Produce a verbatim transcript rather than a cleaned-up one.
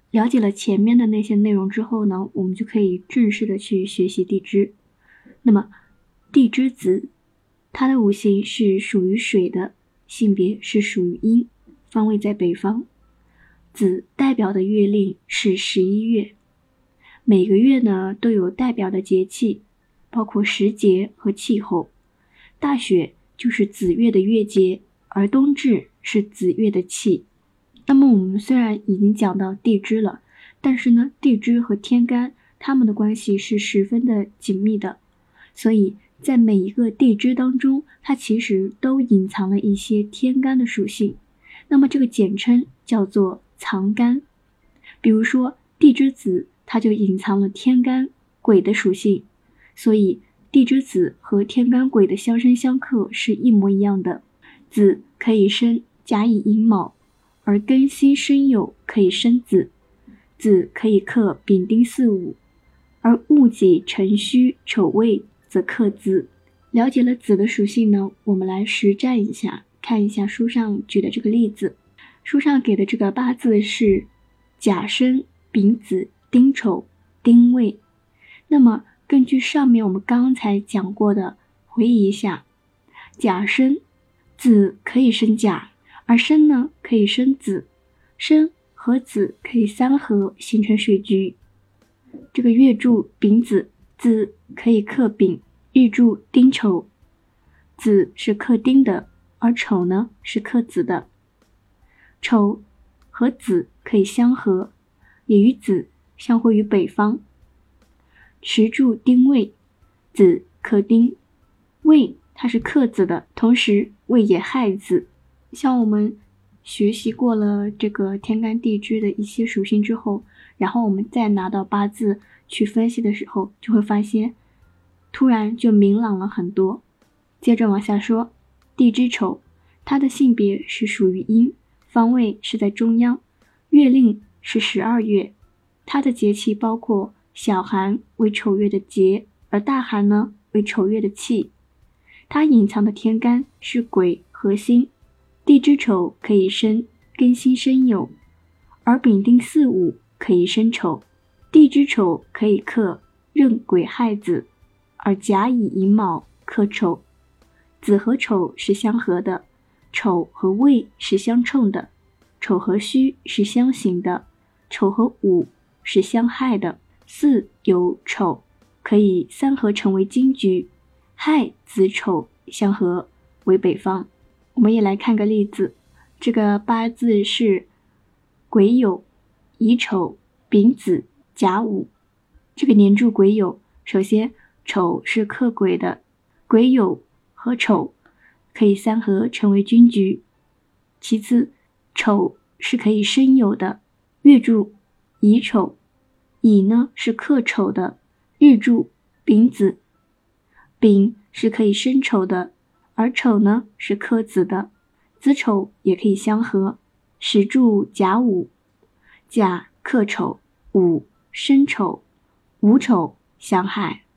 了解了前面的那些内容之后呢，我们就可以正式的去学习地支。那么地支子，它的五行是属于水的，性别是属于阴，方位在北方。子代表的月令是十一月，每个月呢都有代表的节气，包括时节和气候。大雪就是子月的月节，而冬至是子月的气。那么我们虽然已经讲到地支了，但是呢，地支和天干它们的关系是十分的紧密的，所以在每一个地支当中，它其实都隐藏了一些天干的属性。那么这个简称叫做藏干。比如说地支子，它就隐藏了天干癸的属性，所以地支子和天干癸的相生相克是一模一样的。子可以生甲乙寅卯，而庚辛申酉可以生子。子可以克丙丁巳午，而戊己辰戌丑未则克子。了解了子的属性呢，我们来实战一下，看一下书上举的这个例子。书上给的这个八字是甲申、丙子、丁丑、丁未。那么根据上面我们刚才讲过的，回忆一下，甲申，子可以生甲，而申呢可以生子，申和子可以三合形成水局。这个月柱丙子，子可以克丙，日柱丁丑，子是克丁的，而丑呢是克子的。丑和子可以相合，也与子相会于北方。时柱丁未，子克丁，未它是克子的，同时未也害子。像我们学习过了这个天干地支的一些属性之后，然后我们再拿到八字去分析的时候，就会发现突然就明朗了很多。接着往下说，地支丑，它的性别是属于阴，方位是在中央，月令是十二月，它的节气包括小寒为丑月的节，而大寒呢为丑月的气。它隐藏的天干是癸和辛。地支丑可以生庚辛申酉，而丙丁巳午可以生丑。地支丑可以克壬癸亥子，而甲乙寅卯克丑。子和丑是相合的，丑和未是相冲的，丑和戌是相刑的，丑和午是相害的。巳酉丑可以三合成为金局，亥子丑相合为北方。我们也来看个例子，这个八字是癸酉、乙丑、丙子、甲午。这个年柱癸酉，首先丑是克癸的，癸酉和丑可以三合成为君局。其次，丑是可以生酉的，月柱乙丑，乙呢是克丑的，日柱丙子，丙是可以生丑的，而丑呢是克子的，子丑也可以相合。时柱甲午，甲克丑，午生丑，午丑相害。